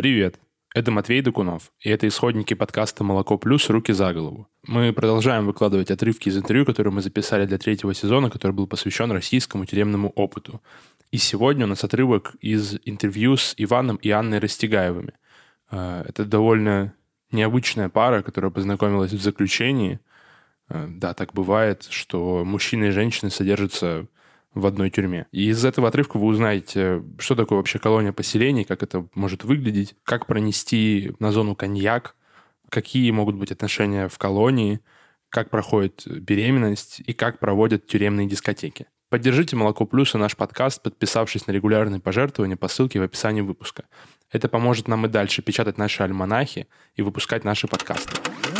Привет, это Матвей Докунов, и это исходники подкаста «Молоко плюс. Руки за голову». Мы продолжаем выкладывать отрывки из интервью, которые мы записали для 3-го сезона, который был посвящен российскому тюремному опыту. И сегодня у нас отрывок из интервью с Иваном и Анной Растегаевыми. Это довольно необычная пара, которая познакомилась в заключении. Да, так бывает, что мужчины и женщины содержатся в одной тюрьме. И из этого отрывка вы узнаете, что такое вообще колония поселений, как это может выглядеть, как пронести на зону коньяк, какие могут быть отношения в колонии, как проходит беременность и как проводят тюремные дискотеки. Поддержите «Молоко плюс» и наш подкаст, подписавшись на регулярные пожертвования по ссылке в описании выпуска. Это поможет нам и дальше печатать наши альманахи и выпускать наши подкасты.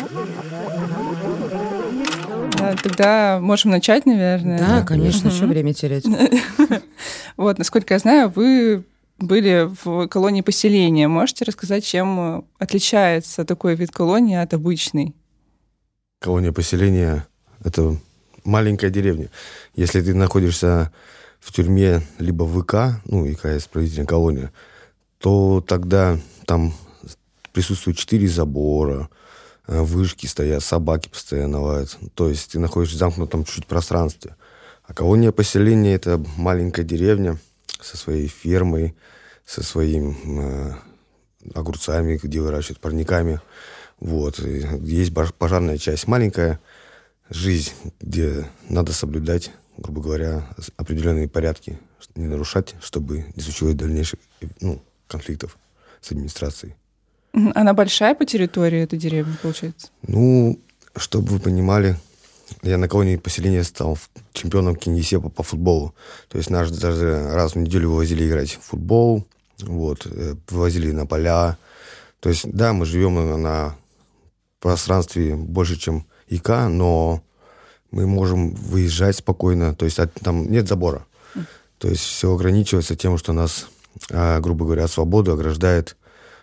Тогда можем начать, наверное. Да, конечно, еще время терять. Вот, насколько я знаю, вы были в колонии поселения. Можете рассказать, чем отличается такой вид колонии от обычной? Колония поселения – это маленькая деревня. Если ты находишься в тюрьме либо в ИК, ИК – исправительная колония, то тогда там присутствует 4 забора, вышки стоят, собаки постоянно лают. То есть ты находишься в замкнутом чуть-чуть пространстве. А колония поселения – это маленькая деревня со своей фермой, со своими огурцами, где выращивают парниками. Вот. И есть пожарная часть маленькая, жизнь, где надо соблюдать, грубо говоря, определенные порядки, не нарушать, чтобы не случилось дальнейших конфликтов с администрацией. Она большая по территории, эта деревня, получается? Чтобы вы понимали, я на колонии поселения стал чемпионом Кингисеппа по футболу. То есть нас даже раз в неделю вывозили играть в футбол, вывозили на поля. То есть, да, мы живем на пространстве больше, чем ИК, но мы можем выезжать спокойно. То есть там нет забора. То есть все ограничивается тем, что нас, грубо говоря, от свободы ограждает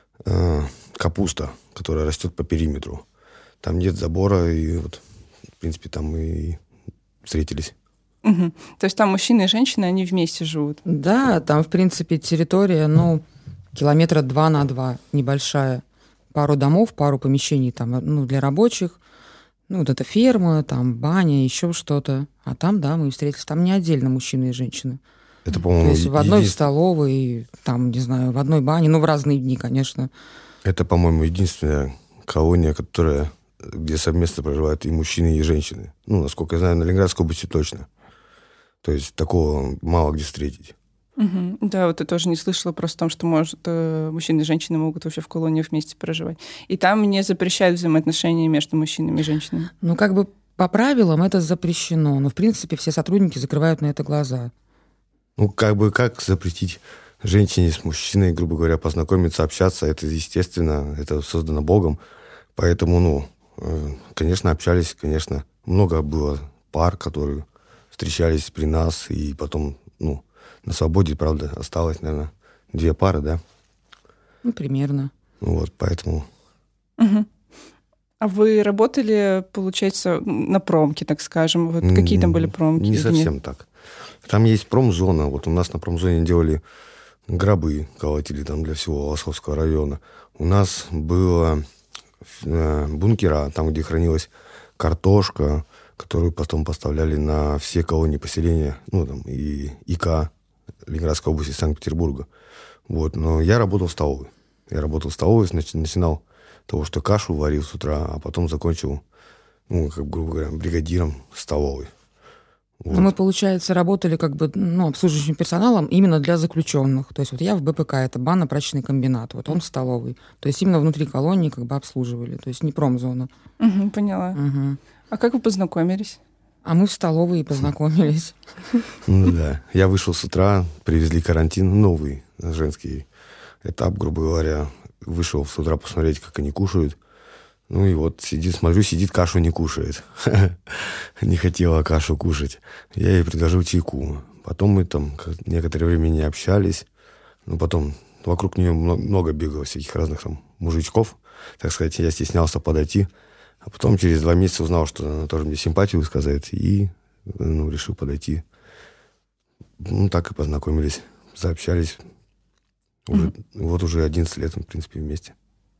капуста, которая растет по периметру. Там нет забора, и в принципе, там мы и встретились. Угу. То есть там мужчины и женщины, они вместе живут? Да, там, в принципе, территория, 2 километра на 2, небольшая. Пару домов, пару помещений там, для рабочих. Это ферма, там баня, еще что-то. А там, да, мы встретились. Там не отдельно мужчины и женщины. Это, по-моему, то есть в одной столовой, там, не знаю, в одной бане, в разные дни, конечно. Это, по-моему, единственная колония, где совместно проживают и мужчины, и женщины. Насколько я знаю, на Ленинградской области точно. То есть такого мало где встретить. Угу. Да, я тоже не слышала просто о том, что, может, мужчины и женщины могут вообще в колониях вместе проживать. И там не запрещают взаимоотношения между мужчинами и женщинами. По правилам это запрещено. Но, в принципе, все сотрудники закрывают на это глаза. Как запретить женщине с мужчиной, грубо говоря, познакомиться, общаться? Это естественно, это создано Богом. Поэтому, конечно, общались, конечно. Много было пар, которые встречались при нас, и потом, на свободе, правда, осталось, наверное, 2 пары, да? Примерно. Поэтому... Угу. А вы работали, получается, на промке, так скажем? Какие там были промки? Не совсем так. Там есть промзона. У нас на промзоне делали гробы, колотили там для всего Волосковского района. У нас было бункера, там, где хранилась картошка, которую потом поставляли на все колонии поселения, и ИК Ленинградской области, Санкт-Петербурга. Но я работал в столовой. Начинал с того, что кашу варил с утра, а потом закончил, грубо говоря, бригадиром столовой. Мы, получается, работали обслуживающим персоналом именно для заключенных. То есть я в БПК, это банно-прачечный комбинат, он в столовой. То есть именно внутри колонии обслуживали, то есть не промзона. Угу, поняла. Угу. А как вы познакомились? А мы в столовой и познакомились. Да. Я вышел с утра, привезли карантин, новый женский этап, грубо говоря. Вышел с утра посмотреть, как они кушают. Смотрю, сидит, кашу не кушает. Не хотела кашу кушать. Я ей предложил чайку. Потом мы там некоторое время не общались. Потом вокруг нее много бегало всяких разных мужичков. Так сказать, я стеснялся подойти. А потом через 2 месяца узнал, что она тоже мне симпатию высказывает. И решил подойти. Так и познакомились, заобщались. Вот уже 11 лет мы, в принципе, вместе.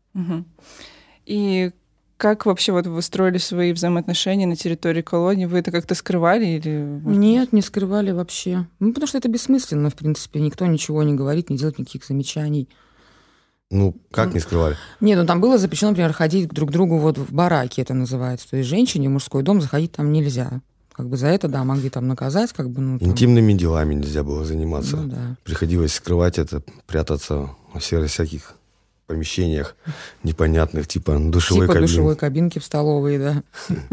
И как вообще вот вы строили свои взаимоотношения на территории колонии? Вы это как-то скрывали или... Нет, не скрывали вообще. Ну, потому что это бессмысленно, в принципе. Никто ничего не говорит, не делает никаких замечаний. Ну, как не скрывали? Нет, ну там было запрещено, например, ходить друг к другу вот в бараке, это называется. То есть женщине в мужской дом заходить там нельзя. Как бы за это, да, могли там наказать, как бы, ну... Там... Интимными делами нельзя было заниматься. Ну, да. Приходилось скрывать это, прятаться во всяких помещениях непонятных, типа душевой кабинки. Душевой кабинки в столовой, да.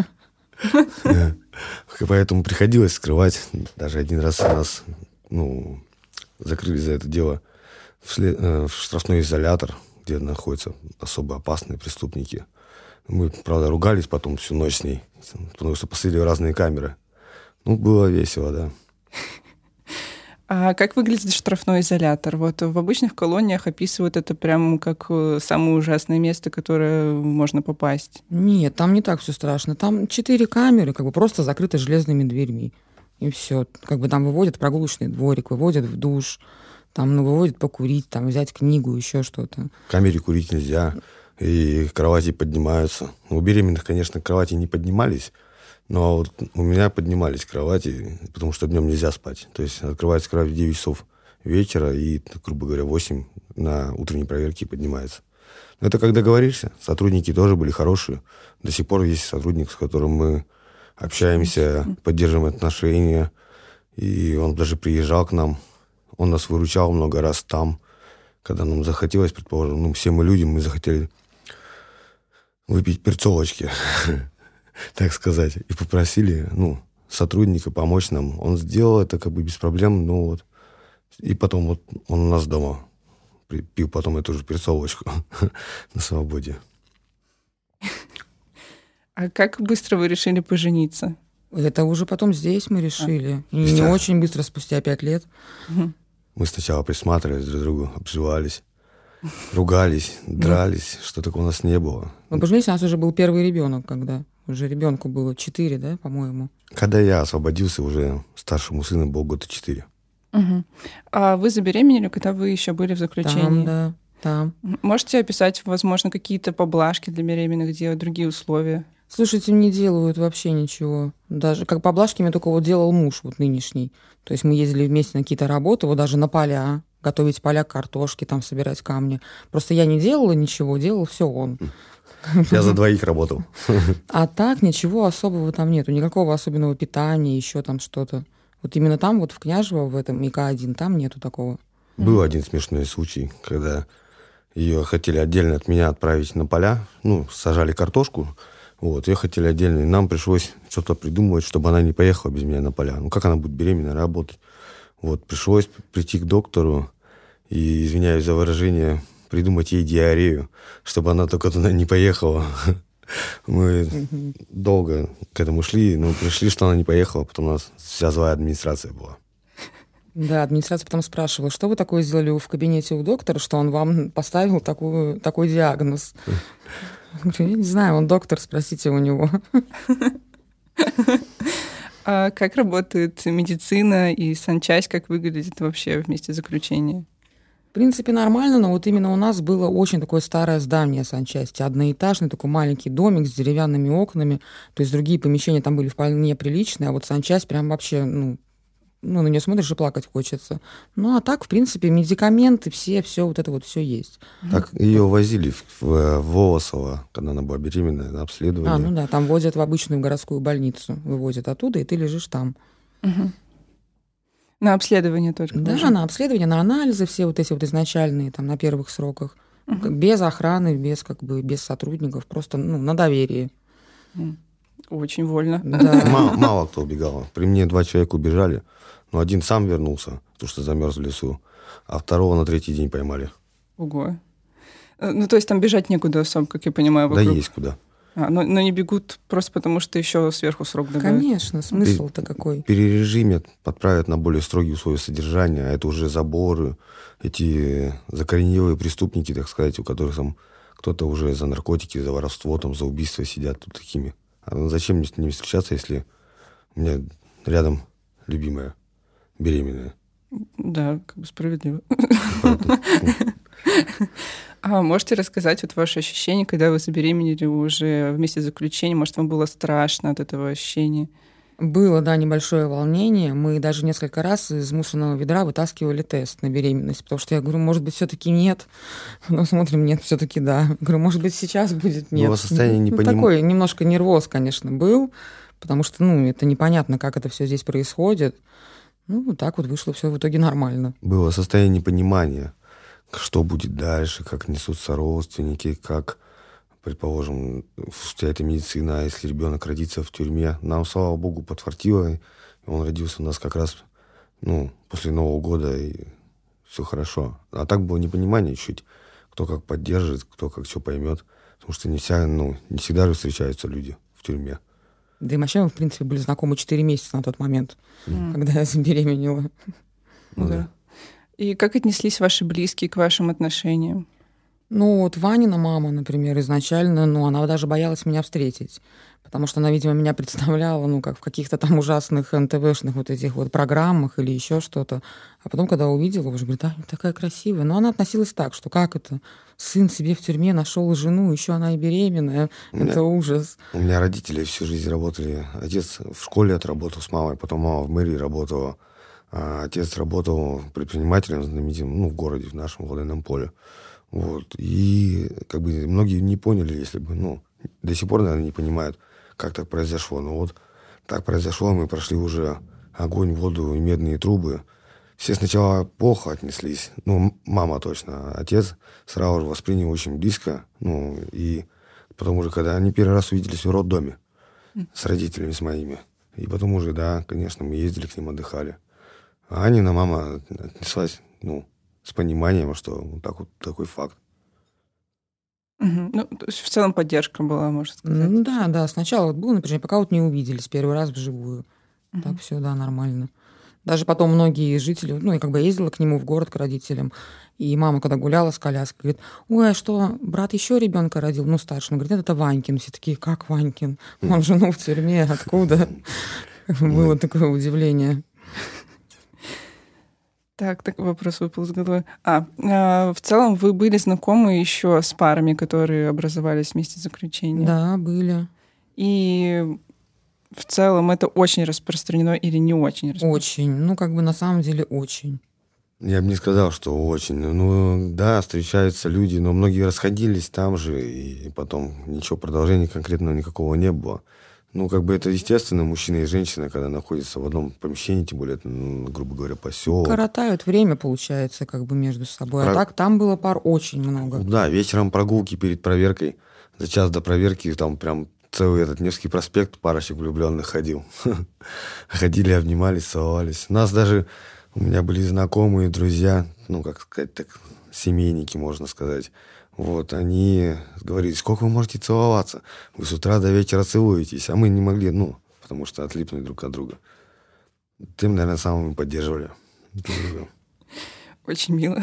Поэтому приходилось скрывать. Даже один раз нас закрыли за это дело в штрафной изолятор, где находятся особо опасные преступники. Мы, правда, ругались потом всю ночь с ней, потому что посмотрели разные камеры. Было весело, да. А как выглядит штрафной изолятор? Вот в обычных колониях описывают это прям как самое ужасное место, которое можно попасть. Нет, там не так все страшно. Там 4 камеры, как бы просто закрыты железными дверьми. И все. Как бы там выводят в прогулочный дворик, выводят в душ, там выводят покурить, там взять книгу, еще что-то. В камере курить нельзя, и кровати поднимаются. У беременных, конечно, кровати не поднимались, но вот у меня поднимались кровати, потому что днем нельзя спать. То есть открывается кровать в 9 часов вечера, и, грубо говоря, в 8 на утренней проверке поднимается. Но это как договоришься. Сотрудники тоже были хорошие. До сих пор есть сотрудник, с которым мы общаемся, поддерживаем отношения. И он даже приезжал к нам. Он нас выручал много раз там, когда нам захотелось, предположим, все мы люди, мы захотели выпить перцовочки, так сказать, и попросили, сотрудника помочь нам. Он сделал это как бы без проблем, и потом вот он у нас дома пил потом эту же перцовочку на свободе. А как быстро вы решили пожениться? Это уже потом здесь мы решили. И не очень быстро, спустя 5 лет. Мы сначала присматривались друг к другу, обживались, ругались, дрались, что такого у нас не было. Мы поженились, у нас уже был первый ребенок, когда уже ребенку было 4, да, по-моему. Когда я освободился, уже старшему сыну был года 4. А вы забеременели, когда вы еще были в заключении? Там, да, там. Можете описать, возможно, какие-то поблажки для беременных, делать другие условия? Слушайте, не делают вообще ничего. Даже как поблажки мне только делал муж нынешний. То есть мы ездили вместе на какие-то работы, даже на поля, готовить поля картошки, там собирать камни. Просто я не делала ничего, делал все он. Я за 2 работал. А так ничего особого там нету, никакого особенного питания, еще там что-то. Вот именно там, в Княжево, в этом ИК-1, там нету такого. Был один смешной случай, когда ее хотели отдельно от меня отправить на поля, сажали картошку, ее хотели отдельно, и нам пришлось что-то придумывать, чтобы она не поехала без меня на поля. Как она будет беременна работать? Пришлось прийти к доктору и, извиняюсь за выражение, придумать ей диарею, чтобы она только туда не поехала. Мы долго к этому шли, но пришли, что она не поехала, потом у нас вся злая администрация была. Да, администрация потом спрашивала, что вы такое сделали в кабинете у доктора, что он вам поставил такой диагноз. Я не знаю, он доктор, спросите у него. А как работает медицина и санчасть, как выглядит вообще в месте заключения? В принципе, нормально, но именно у нас было очень такое старое здание санчасти, одноэтажный такой маленький домик с деревянными окнами, то есть другие помещения там были вполне приличные, а вот санчасть прям вообще, на нее смотришь и плакать хочется. А так, в принципе, медикаменты, все вот это все есть. Так ее возили в Волосово, когда она была беременная, на обследование. Там возят в обычную городскую больницу, вывозят оттуда, и ты лежишь там. На обследование только? Да, на обследование, на анализы все вот эти изначальные, там, на первых сроках. Без охраны, без сотрудников, просто, на доверии. Очень вольно. Да. Мало кто убегал. При мне 2 человека убежали, но один сам вернулся, потому что замерз в лесу, а второго на 3-й день поймали. Ого. То есть там бежать некуда особо, как я понимаю, вокруг. Да есть куда. Но не бегут просто потому, что еще сверху срок добавят. Конечно, смысл-то какой. Перережимят, подправят на более строгие условия содержания, а это уже заборы, эти закоренелые преступники, так сказать, у которых там кто-то уже за наркотики, за воровство, за убийство сидят тут такими. А зачем мне с ними встречаться, если у меня рядом любимая беременная? Да, как бы справедливо. А можете рассказать вот ваши ощущения, когда вы забеременели уже вместе с заключением? Может, вам было страшно от этого ощущения? Было, да, небольшое волнение. Мы даже несколько раз из мусорного ведра вытаскивали тест на беременность, потому что я говорю, может быть, все-таки нет. Но смотрим, нет, все-таки да. Говорю, может быть, сейчас будет нет. Было состояние непонимания. Такой немножко нервоз, конечно, был, потому что, это непонятно, как это все здесь происходит. Вот так вот вышло все в итоге нормально. Было состояние непонимания, что будет дальше, как несутся родственники, как, предположим, вся эта медицина, если ребенок родится в тюрьме. Нам, слава богу, подфартило, и он родился у нас как раз после Нового года, и все хорошо. А так было непонимание чуть, кто как поддержит, кто как что поймет. Потому что не всегда же встречаются люди в тюрьме. Да и вообще мы, в принципе, были знакомы 4 месяца на тот момент, когда я забеременела. Да. И как отнеслись ваши близкие к вашим отношениям? Ванина мама, например, изначально, она даже боялась меня встретить, потому что она, видимо, меня представляла, как в каких-то там ужасных НТВшных вот этих вот программах или еще что-то. А потом, когда увидела, уже говорит, такая красивая. Но она относилась так, что как это? Сын себе в тюрьме нашел жену, еще она и беременная. Это ужас. У меня родители всю жизнь работали. Отец в школе отработал с мамой, потом мама в мэрии работала. А отец работал предпринимателем знаменитым, в городе, в нашем Водяном поле. Вот. И многие не поняли, если бы, до сих пор, наверное, не понимают, как так произошло. Но вот так произошло, мы прошли уже огонь, воду и медные трубы. Все сначала плохо отнеслись, мама точно. Отец сразу же воспринял очень близко, и потом уже, когда они первый раз увиделись в роддоме с родителями, с моими, и потом уже, да, конечно, мы ездили к ним, отдыхали. А Анина мама отнеслась, с пониманием, что такой факт. То есть в целом поддержка была, можно сказать. Да. Сначала было напряжение, пока не увиделись первый раз вживую. Так все, да, нормально. Даже потом многие жители, я ездила к нему в город, к родителям, и мама, когда гуляла с коляской, говорит, ой, а что, брат еще ребенка родил? Старший. Он говорит, нет, это Ванькин. Все такие, как Ванькин? Он жену в тюрьме, откуда? Было такое удивление. Так, вопрос выпал из головы. В целом вы были знакомы еще с парами, которые образовались вместе с заключением? Да, были. И в целом это очень распространено или не очень распространено? Очень. На самом деле очень. Я бы не сказал, что очень. Да, встречаются люди, но многие расходились там же, и потом ничего, продолжения конкретного никакого не было. Это естественно, мужчина и женщина, когда находятся в одном помещении, тем более, это, грубо говоря, поселок. Коротают время, получается, между собой. А так там было пар очень много. Да, вечером прогулки перед проверкой. За час до проверки там прям целый Невский проспект парочек влюбленных ходил. Ходили, обнимались, целовались. У меня были знакомые, друзья, семейники, можно сказать. Вот, они говорили, сколько вы можете целоваться? Вы с утра до вечера целуетесь, а мы не могли, потому что отлипнуть друг от друга. Тем, наверное, самым поддерживали. Очень мило.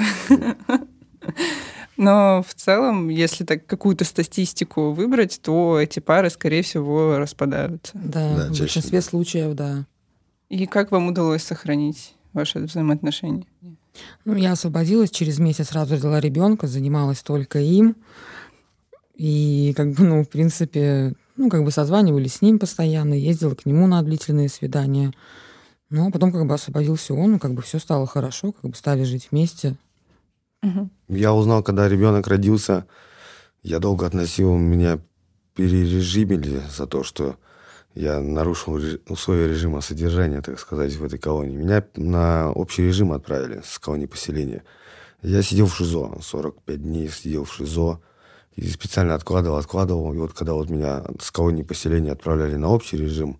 Но в целом, если так какую-то статистику выбрать, то эти пары, скорее всего, распадаются. Да, в большинстве случаев, да. И как вам удалось сохранить ваши взаимоотношения? Я освободилась, через месяц сразу родила ребенка, занималась только им. И в принципе, созванивались с ним постоянно, ездила к нему на длительные свидания. А потом освободился он, все стало хорошо, стали жить вместе. Я узнал, когда ребенок родился, я долго относил, меня перережимили за то, что я нарушил условия режима содержания, так сказать, в этой колонии. Меня на общий режим отправили с колонии поселения. Я сидел в ШИЗО, 45 дней сидел в ШИЗО, и специально откладывал. И вот когда меня с колонии поселения отправляли на общий режим,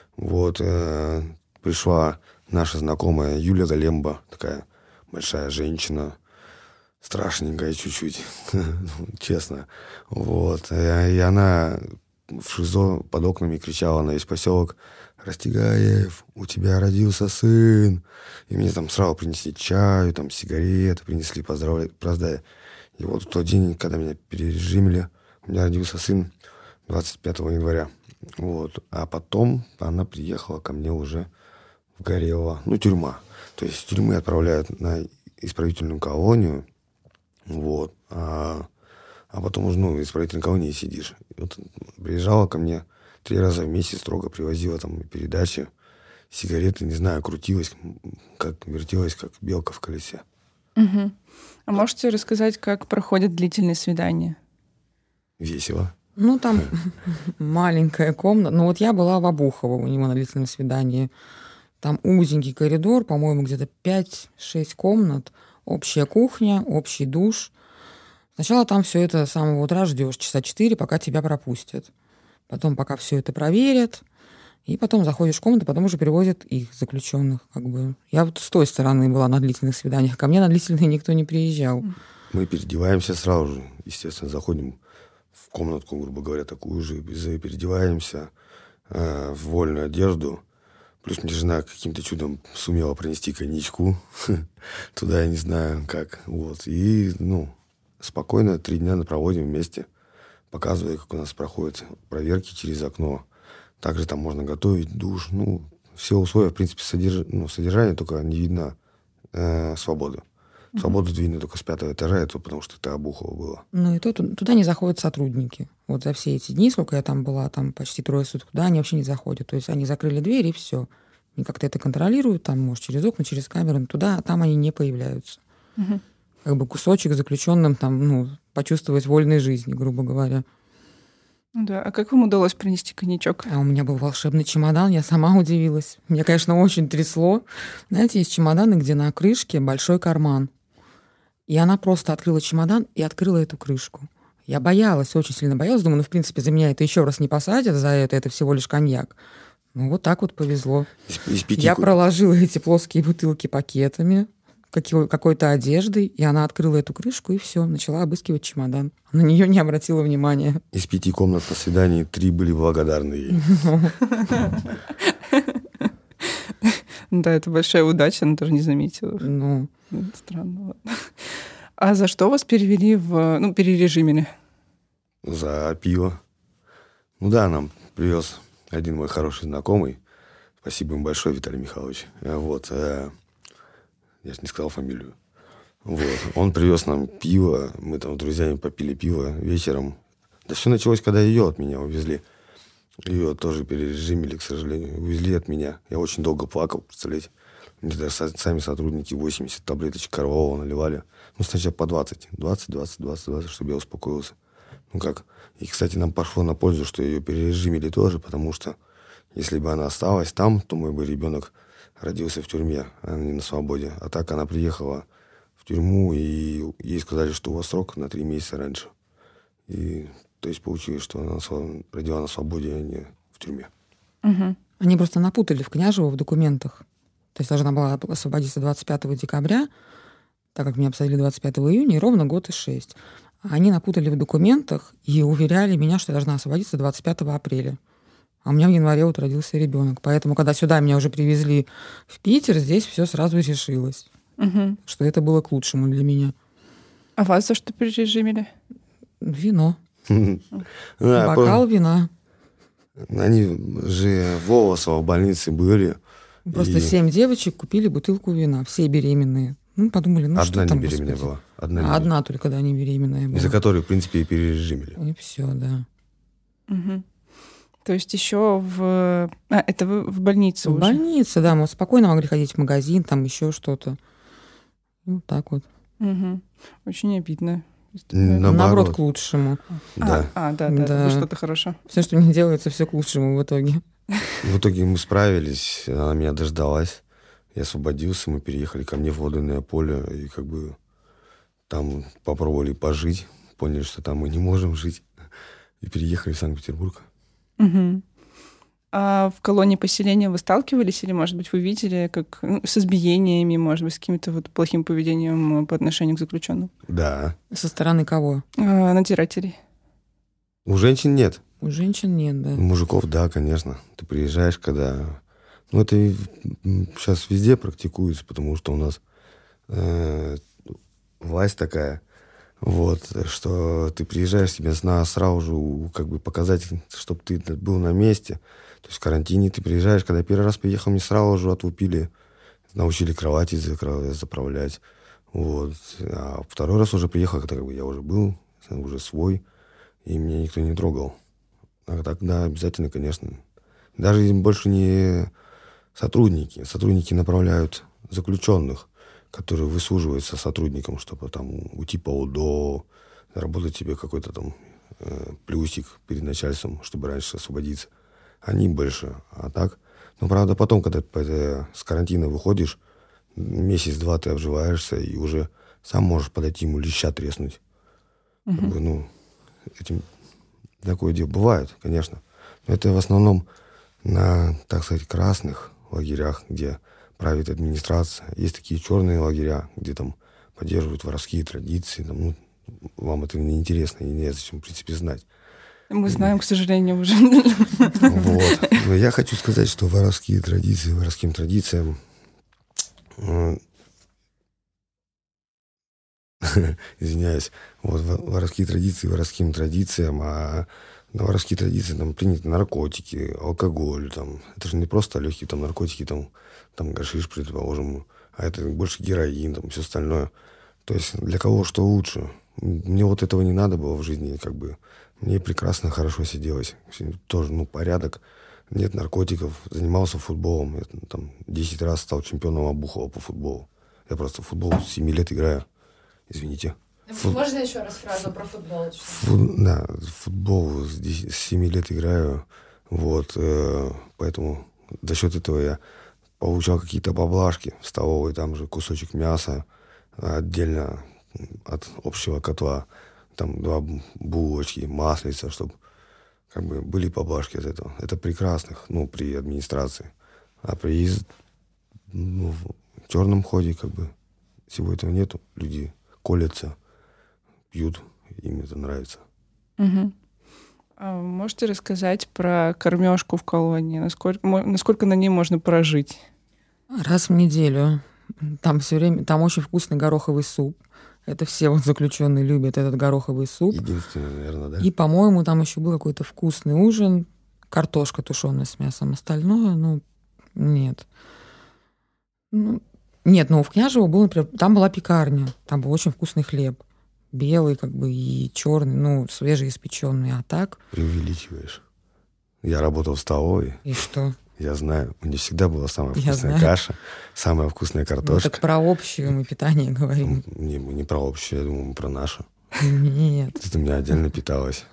пришла наша знакомая Юля Галемба, такая большая женщина, страшненькая чуть-чуть, честно. И она в ШИЗО под окнами кричала на весь поселок: «Растегаев, у тебя родился сын!» И мне там сразу принесли чаю, сигареты принесли, поздравляя. И в тот день, когда меня перережимили, у меня родился сын 25 января. А потом она приехала ко мне уже в Горело. Тюрьма. То есть из тюрьмы отправляют на исправительную колонию, вот, а потом уже, в исправительной колонии сидишь. И вот приезжала ко мне 3 раза в месяц, строго привозила там передачи, сигареты, не знаю, крутилась, вертелась, как белка в колесе. Угу. А можете рассказать, как проходят длительные свидания? Весело. Там маленькая комната. Вот я была в Обухово у него на длительном свидании. Там узенький коридор, по-моему, где-то 5-6 комнат, общая кухня, общий душ. Сначала там все это с самого утра ждешь, часа 4, пока тебя пропустят. Потом, пока все это проверят, и потом заходишь в комнату, потом уже перевозят их, заключенных. Я вот с той стороны была на длительных свиданиях. Ко мне на длительные никто не приезжал. Мы переодеваемся сразу же. Естественно, заходим в комнатку, грубо говоря, такую же, переодеваемся в вольную одежду. Плюс мне жена каким-то чудом сумела принести коньячку. Туда я не знаю как. Вот. И, спокойно 3 дня проводим вместе, показывая, как у нас проходят проверки через окно. Также там можно готовить, душ. Все условия, в принципе, содержания, только не видно свободу. Свободу видно только с 5-го этажа, это потому что это Обухово было. И туда не заходят сотрудники. Вот за все эти дни, сколько я там была, там почти 3 суток, туда они вообще не заходят. То есть они закрыли дверь, и все. Они как-то это контролируют, там, может, через окна, через камеры, там они не появляются. Угу. Кусочек заключенным там, почувствовать вольной жизни, грубо говоря. Да, а как вам удалось принести коньячок? А у меня был волшебный чемодан, я сама удивилась. Меня, конечно, очень трясло. Знаете, есть чемоданы, где на крышке большой карман. И она просто открыла чемодан и открыла эту крышку. Я боялась, очень сильно боялась. Думаю, в принципе, за меня это еще раз не посадят, за это всего лишь коньяк. Вот так вот повезло. Я проложила эти плоские бутылки пакетами, какой-то одеждой, и она открыла эту крышку и все, начала обыскивать чемодан. На нее не обратила внимания. Из 5 комнат на свидании 3 были благодарны ей. Да, это большая удача, она даже не заметила. Это странно, ладно. А за что вас перевели перережимили? За пиво. Нам привез один мой хороший знакомый. Спасибо ему большое, Виталий Михайлович. Я же не сказал фамилию. Он привез нам пиво. Мы там с друзьями попили пиво вечером. Да все началось, когда ее от меня увезли. Ее тоже перережимили, к сожалению. Увезли от меня. Я очень долго плакал, представляете. Мне даже сами сотрудники 80 таблеточек Корвалола наливали. Сначала по 20, чтобы я успокоился. И, кстати, нам пошло на пользу, что ее перережимили тоже, потому что если бы она осталась там, то мой бы ребенок родился в тюрьме, а не на свободе. А так она приехала в тюрьму, и ей сказали, что у вас срок на 3 месяца раньше. И то есть получилось, что она родила на свободе, а не в тюрьме. Угу. Они просто напутали в Княжево в документах. То есть должна была освободиться 25 декабря, так как меня посадили 25 июня, и ровно год и 6. А они напутали в документах и уверяли меня, что я должна освободиться 25 апреля. А у меня в январе вот родился ребенок. Поэтому, когда сюда меня уже привезли в Питер, здесь все сразу решилось. Угу. Что это было к лучшему для меня. А вас за что перережимили? Вино. Бокал вина. Они же в Волосово в больнице были. Просто 7 девочек купили бутылку вина. Все беременные. Подумали, одна что там, не беременная Господи. была. Одна только, да, не беременная была. Из-за которой, в принципе, и перережимили. И все, да. Угу. То есть еще это вы в больнице в уже? В больнице, да. Мы спокойно могли ходить в магазин, там еще что-то. Так вот. Угу. Очень обидно. Наоборот, к лучшему. Да. Да. Это что-то хорошо. Все, что не делается, все к лучшему в итоге. В итоге мы справились, она меня дождалась. Я освободился, мы переехали ко мне в Водное поле, и там попробовали пожить, поняли, что там мы не можем жить, и переехали в Санкт-Петербург. Угу. А в колонии поселения вы сталкивались, или, может быть, вы видели, как с избиениями, может быть, с каким-то плохим поведением по отношению к заключенным? Да. Со стороны кого? Надзирателей. У женщин нет. У женщин нет, да. У мужиков, да, конечно. Ты приезжаешь, когда... это и сейчас везде практикуется, потому что у нас власть такая, что ты приезжаешь, тебе сразу же показать, чтобы ты был на месте. То есть в карантине ты приезжаешь, когда первый раз приехал, мне сразу же отлупили научили кровати заправлять. Вот. А второй раз уже приехал, когда как бы я уже был, уже свой, и меня никто не трогал. А так, да, обязательно, конечно. Даже больше не сотрудники. Сотрудники направляют заключенных, которые высуживаются сотрудникам, чтобы там уйти по УДО, заработать себе какой-то там плюсик перед начальством, чтобы раньше освободиться. Они больше. А так, ну, правда, потом, когда с карантина выходишь, месяц-два ты обживаешься и уже сам можешь подойти ему леща треснуть. Как бы, ну, этим такое дело бывает, конечно. Но это в основном на, так сказать, красных лагерях, где правит администрация. Есть такие черные лагеря, где там поддерживают воровские традиции. Там, ну, вам это не интересно и незачем, в принципе, знать. Мы знаем, к сожалению, уже. Вот. Но я хочу сказать, что воровские традиции, воровским традициям извиняюсь, вот воровские традиции воровским традициям, а на воровские традиции там приняты наркотики, алкоголь, там, это же не просто легкие там наркотики, там гашиш, предположим, а это больше героин, там, все остальное. То есть для кого что лучше? Мне вот этого не надо было в жизни, как бы. Мне прекрасно, хорошо сиделось. Тоже, ну, порядок. Нет наркотиков. Занимался футболом. Я там 10 раз стал чемпионом Обухова по футболу. Я просто в футбол с 7 лет играю. Извините. Можно еще раз фразу про футбол? Да, футбол с 7 лет играю. Вот. Поэтому за счет этого я получал какие-то поблажки в столовой. Там же кусочек мяса отдельно от общего котла. Там 2 булочки, маслица, чтобы как бы были поблажки от этого. Это прекрасных, ну, при администрации. А при в черном ходе как бы всего этого нету. Люди колятся, пьют, им это нравится. Угу. А можете рассказать про кормежку в колонии? Насколько на ней можно прожить? Раз в неделю. Там все время, там очень вкусный гороховый суп. Это все вот заключенные любят этот гороховый суп. Единственное, наверное, да? И, по-моему, там еще был какой-то вкусный ужин, картошка тушеная с мясом. Остальное, ну, нет. Ну, нет, но в Княжево был, например, там была пекарня, там был очень вкусный хлеб. Белый, как бы, и черный, ну, свежеиспеченный. А так... Преувеличиваешь. Я работал в столовой. И что? Я знаю, у меня всегда была самая вкусная каша, самая вкусная картошка. Ну, так про общее мы питание говорим. Не, мы не про общее, я думаю, мы про наше. Нет. Это у меня отдельно питалось.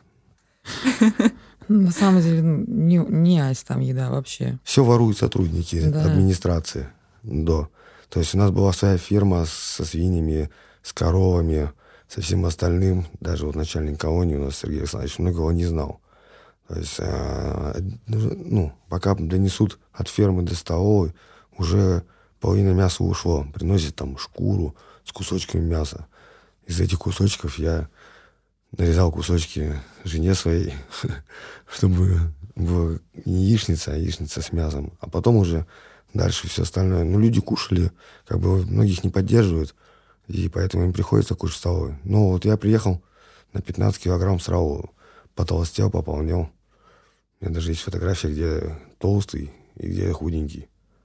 На самом деле, не ась там еда вообще. Все воруют сотрудники администрации. Да. То есть у нас была своя фирма со свиньями, с коровами, со всем остальным. Даже вот начальник колонии у нас, Сергей Александрович, многого не знал. То есть, ну, пока донесут от фермы до столовой, уже половина мяса ушло. Приносят там шкуру с кусочками мяса. Из этих кусочков я нарезал кусочки жене своей, чтобы была не яичница, а яичница с мясом. А потом уже дальше все остальное. Ну, люди кушали, как бы многих не поддерживают, и поэтому им приходится кушать в столовой. Ну, вот я приехал на 15 килограмм сразу, потолстел, пополнел. У меня даже есть фотография, где толстый и где худенький.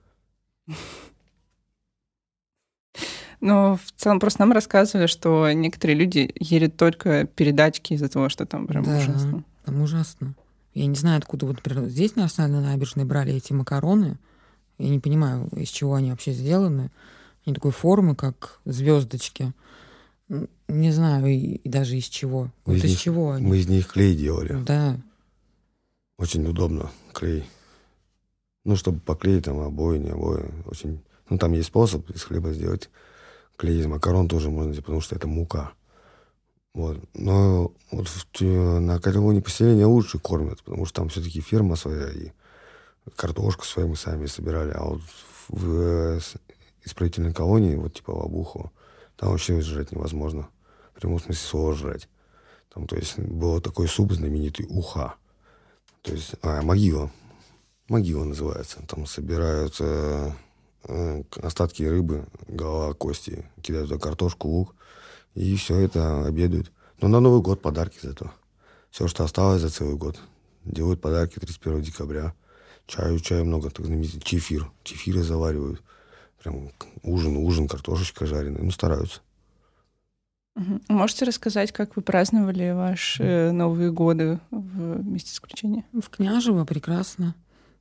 Но в целом просто нам рассказывали, что некоторые люди едят только передачки из-за того, что там прям ужасно. Там ужасно. Я не знаю, откуда вот, например, здесь на Арсенальной набережной брали эти макароны. Я не понимаю, из чего они вообще сделаны. Они такой формы, как звездочки. Не знаю, и даже из чего. Вот из чего они. Мы из них клей делали. Да. Очень удобно, клей. Ну, чтобы поклеить там обои, не обои. Очень... Ну, там есть способ из хлеба сделать клей, из макарон тоже можно, потому что это мука. Вот. Но вот на колонии поселения лучше кормят, потому что там все-таки ферма своя, и картошку свою мы сами собирали. А вот в исправительной колонии, вот типа в Обухово, там вообще жрать невозможно. В прямом смысле слова жрать. Там, то есть, был такой суп знаменитый уха. То есть, могила. Могила называется. Там собирают остатки рыбы, голова, кости, кидают туда картошку, лук, и все это обедают. Но на Новый год подарки зато. Все, что осталось за целый год. Делают подарки 31 декабря. Чаю много, так знаменитый чефир. Чефиры заваривают. Прям ужин, картошечка жареная. Ну, стараются. Можете рассказать, как вы праздновали ваши Новые годы в месте исключения? В Княжево прекрасно.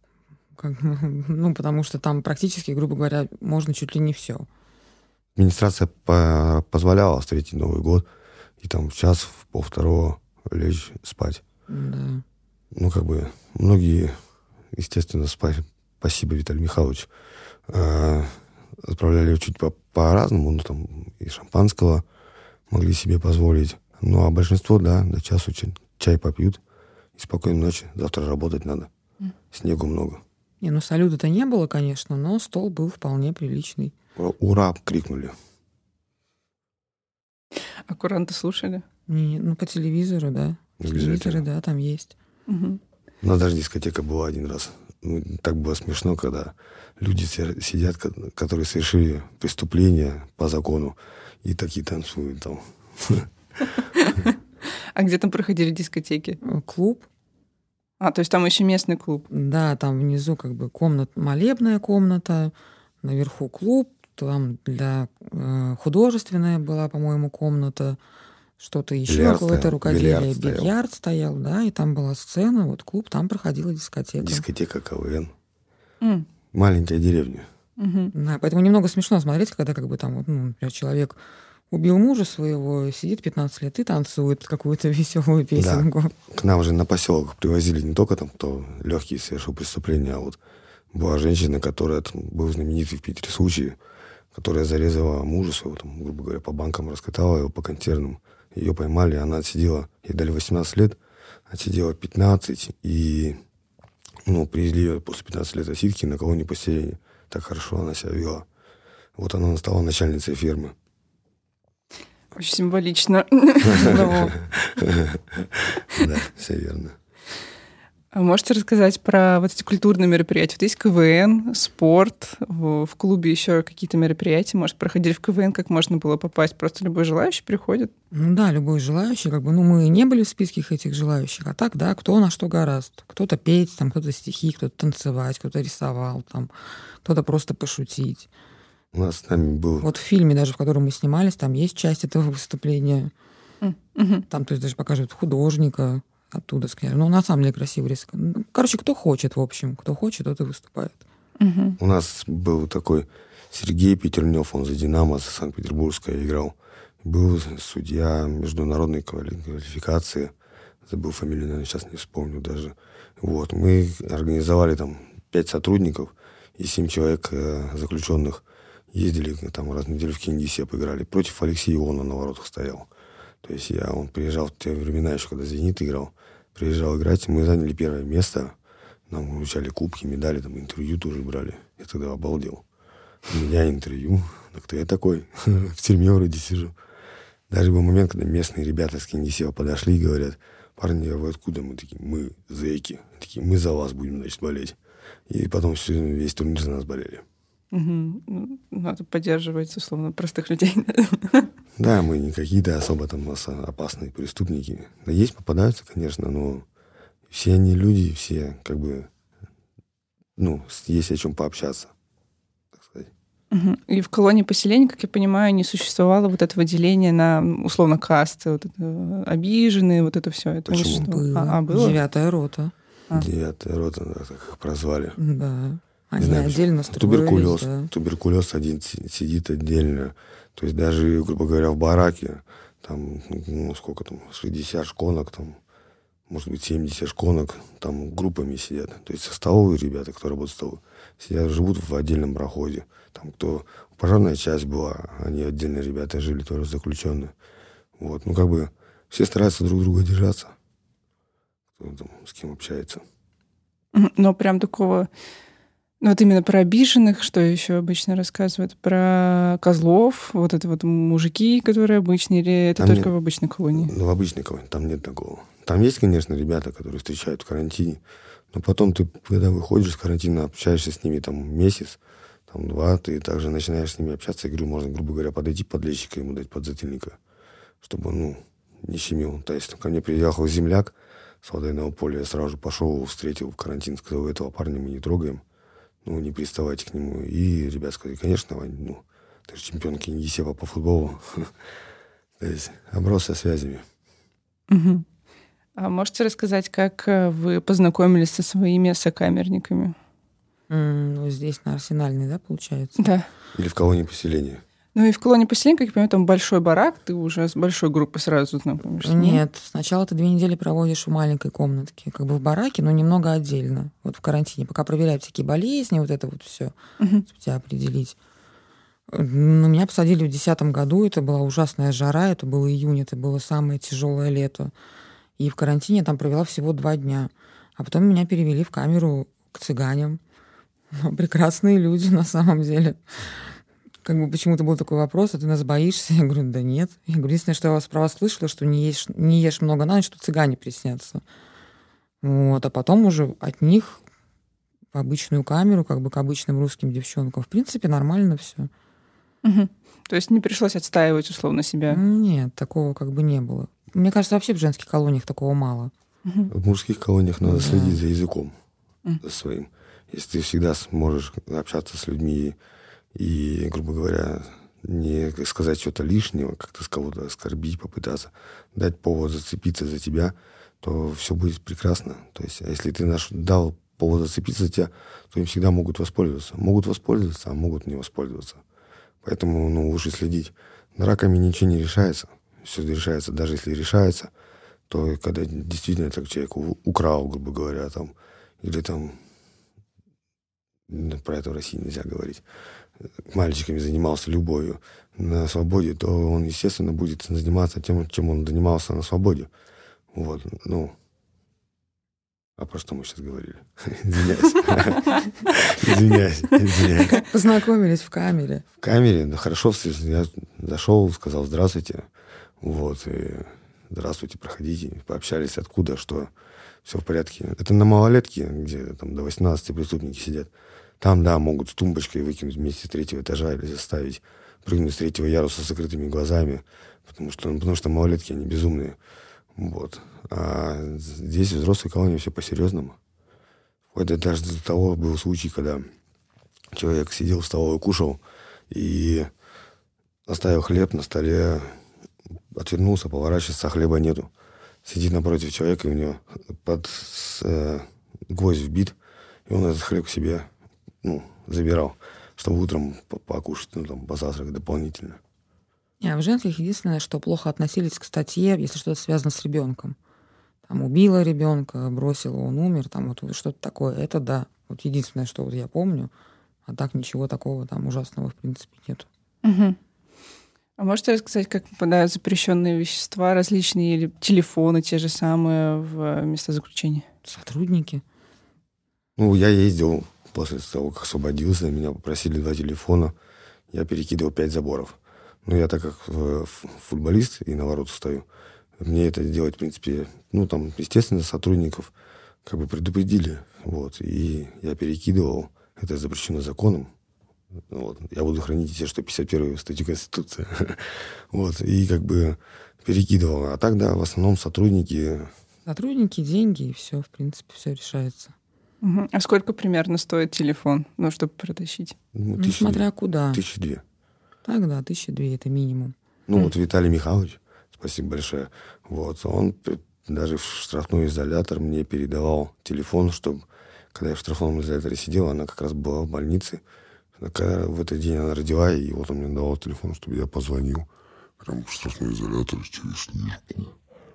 Потому что там практически, грубо говоря, можно чуть ли не все. Администрация позволяла встретить Новый год и там в час, в полвторого лечь спать. Да. Многие, естественно, спасибо, Виталий Михайлович, отправляли чуть по-разному, там и шампанского могли себе позволить. Ну, а большинство, да, до часу чай попьют и спокойной ночи. Завтра работать надо. Снегу много. Салюта-то не было, конечно, но стол был вполне приличный. Ура! Крикнули. А куранты слушали? По телевизору, да. Телевизоры, да, там есть. Угу. У нас даже дискотека была один раз. Так было смешно, когда люди сидят, которые совершили преступление по закону, и такие танцуют там. А где там проходили дискотеки? Клуб. То есть там еще местный клуб? Да, там внизу молебная комната, наверху клуб, там для художественная была, по-моему, комната, что-то еще, какое-то рукоделие, бильярд стоял, да, и там была сцена, клуб, там проходила дискотека. Дискотека КВН. Маленькая деревня. Да, поэтому немного смешно смотреть, когда например, человек убил мужа своего, сидит 15 лет и танцует какую-то веселую песенку. Да. К нам уже на поселок привозили не только там, кто легкие совершил преступления, а была женщина, которая был знаменитый в Питере случай, которая зарезала мужа своего, грубо говоря, по банкам раскатала его по консервным. Ее поймали, она отсидела, ей дали 18 лет, отсидела 15, и привезли ее после 15 лет отсидки на колонию поселения. Так хорошо она себя вела. Она стала начальницей фермы. Очень символично. Да, все верно. А можете рассказать про эти культурные мероприятия? Есть КВН, спорт, в клубе еще какие-то мероприятия. Может, проходили в КВН, как можно было попасть? Просто любой желающий приходит? Да, любой желающий. Мы не были в списке этих желающих. А так, да, кто на что гораст. Кто-то петь, кто-то стихи, кто-то танцевать, кто-то рисовал, кто-то просто пошутить. У нас с нами был... В фильме даже, в котором мы снимались, там есть часть этого выступления. Там, то есть, даже показывают художника оттуда, скажем. На самом деле красиво рисовать. Кто хочет, в общем. Кто хочет, тот и выступает. У нас был такой Сергей Петернев, он за «Динамо», за Санкт-Петербургское играл. Был судья международной квалификации. Забыл фамилию, наверное, сейчас не вспомню даже. Мы организовали 5 сотрудников и 7 человек заключенных. Ездили раз в неделю в Кингисепп играли. Против Алексея Иона на воротах стоял. То есть он приезжал в те времена еще, когда «Зенит» играл. Приезжал играть. Мы заняли первое место. Нам вручали кубки, медали, интервью тоже брали. Я тогда обалдел. У меня интервью. Да кто я такой? В тюрьме вроде сижу. Даже был момент, когда местные ребята с Кингисеппа подошли и говорят: парни, а вы откуда? Мы такие: мы зэки. Такие: мы за вас будем, болеть. И потом весь турнир за нас болели. Надо поддерживать, условно, простых людей. Да, мы не какие-то особо опасные преступники. Да есть, попадаются, конечно, но все они люди, все есть о чем пообщаться, так сказать. И в колонии поселения, как я понимаю, не существовало этого деления на, условно, касты, обиженные, это все. Это почему? Было. 9-я рота. 9-я рота, да, так их прозвали. Да. Они отдельно строились. Туберкулез один сидит отдельно. То есть даже, грубо говоря, в бараке, сколько 60 шконок, может быть, 70 шконок, группами сидят. То есть столовые ребята, кто работает в столовой, живут в отдельном проходе. Кто пожарная часть была, они отдельные ребята жили, тоже заключенные. Все стараются друг друга держаться. Кто с кем общается. Но прям такого... именно про обиженных, что еще обычно рассказывают? Про козлов, мужики, которые обычные, или это только в обычной колонии? В обычной колонии, там нет такого. Там есть, конечно, ребята, которые встречают в карантине, но потом ты, когда выходишь с карантина, общаешься с ними месяц, 2, ты также начинаешь с ними общаться, я говорю, можно, грубо говоря, подойти подлещика ему дать подзатыльника, чтобы он, не щемил. То есть ко мне приехал земляк с Водойного поля, я сразу же пошел, встретил в карантин, сказал: этого парня мы не трогаем. не приставайте к нему. И ребят сказали, конечно, Вань, ты же чемпион Кингисеппа по футболу. То есть обросся связями. Угу. А можете рассказать, как вы познакомились со своими сокамерниками? Здесь на Арсенальной, да, получается? Да. Или в колонии поселения. И в колонии поселения, как я понимаю, там большой барак, ты уже с большой группой сразу знакомишься? Нет, сначала ты 2 недели проводишь в маленькой комнатке, как бы в бараке, но немного отдельно, вот в карантине, пока проверяют всякие болезни, вот это вот все, чтобы тебя определить. Меня посадили в 2010 году, это была ужасная жара, это был июнь, это было самое тяжелое лето. И в карантине я там провела всего 2 дня. А потом меня перевели в камеру к цыганям. Прекрасные люди на самом деле. Как бы почему-то был такой вопрос, а ты нас боишься? Я говорю, да нет. Я говорю, единственное, что я про вас слышала, что не ешь много на ночь, что цыгане приснятся. Вот. А потом уже от них в обычную камеру, как бы к обычным русским девчонкам. В принципе, нормально все. Угу. То есть не пришлось отстаивать условно себя? Нет, такого как бы не было. Мне кажется, вообще в женских колониях такого мало. В мужских колониях надо следить за языком своим. Если ты всегда сможешь общаться с людьми и, грубо говоря, не сказать что-то лишнего, как-то с кого-то оскорбить, попытаться дать повод зацепиться за тебя, то все будет прекрасно. То есть, а если ты дал повод зацепиться за тебя, то им всегда могут воспользоваться. Могут воспользоваться, а могут не воспользоваться. Поэтому лучше следить. Драками ничего не решается. Все решается. Даже если решается, то когда действительно так человек украл, грубо говоря, там, или там, про это в России нельзя говорить, мальчиками занимался любовью на свободе, то он, естественно, будет заниматься тем, чем он занимался на свободе. Вот, А про что мы сейчас говорили? Извиняюсь. Как познакомились в камере? В камере? Да хорошо. Я зашел, сказал здравствуйте. Вот. И здравствуйте, проходите. Пообщались, откуда, что. Все в порядке. Это на малолетке, где там до 18 преступники сидят. Там, да, могут с тумбочкой выкинуть вместе с 3-го этажа или заставить прыгнуть с 3-го яруса с закрытыми глазами. Потому что малолетки, они безумные. Вот. А здесь, в взрослой колонии, все по-серьезному. Это даже до того был случай, когда человек сидел в столовой, кушал и оставил хлеб на столе, отвернулся, поворачивается, а хлеба нету. Сидит напротив человека, и у него гвоздь вбит, и он этот хлеб себе забирал, чтобы утром покушать, позавтракать дополнительно. В женских единственное, что плохо относились к статье, если что-то связано с ребенком. Там убила ребенка, бросила, он умер, там вот что-то такое. Это да. Вот единственное, что вот я помню. А так ничего такого там ужасного в принципе нет. Угу. А можете рассказать, как попадают запрещенные вещества, различные или телефоны те же самые в места заключения? Сотрудники. Я ездил после того, как освободился, меня попросили 2 телефона. Я перекидывал 5 заборов. Я так как футболист и на воротах стою, мне это делать, в принципе, естественно, сотрудников как бы предупредили. Вот, и я перекидывал. Это запрещено законом. Вот. Я буду хранить все, что 51-ю статью Конституции. Вот, и как бы перекидывал. А так, да, в основном сотрудники. Сотрудники, деньги, и все, в принципе, все решается. Угу. А сколько примерно стоит телефон, чтобы протащить? Смотря куда. 1002. Так, да, 1002 это минимум. Вот Виталий Михайлович, спасибо большое. Вот, он даже в штрафной изолятор мне передавал телефон, чтобы, когда я в штрафном изоляторе сидел, она как раз была в больнице. Когда в этот день она родила, и вот он мне давал телефон, чтобы я позвонил. Прям в штрафной изолятор через книжку.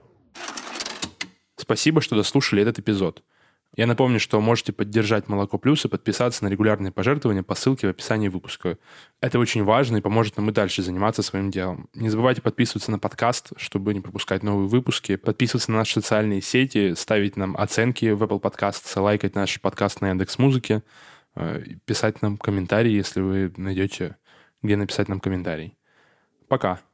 Спасибо, что дослушали этот эпизод. Я напомню, что можете поддержать Молоко Плюс и подписаться на регулярные пожертвования по ссылке в описании выпуска. Это очень важно и поможет нам и дальше заниматься своим делом. Не забывайте подписываться на подкаст, чтобы не пропускать новые выпуски, подписываться на наши социальные сети, ставить нам оценки в Apple Podcasts, лайкать наш подкаст на Яндекс.Музыке, писать нам комментарии, если вы найдете, где написать нам комментарий. Пока.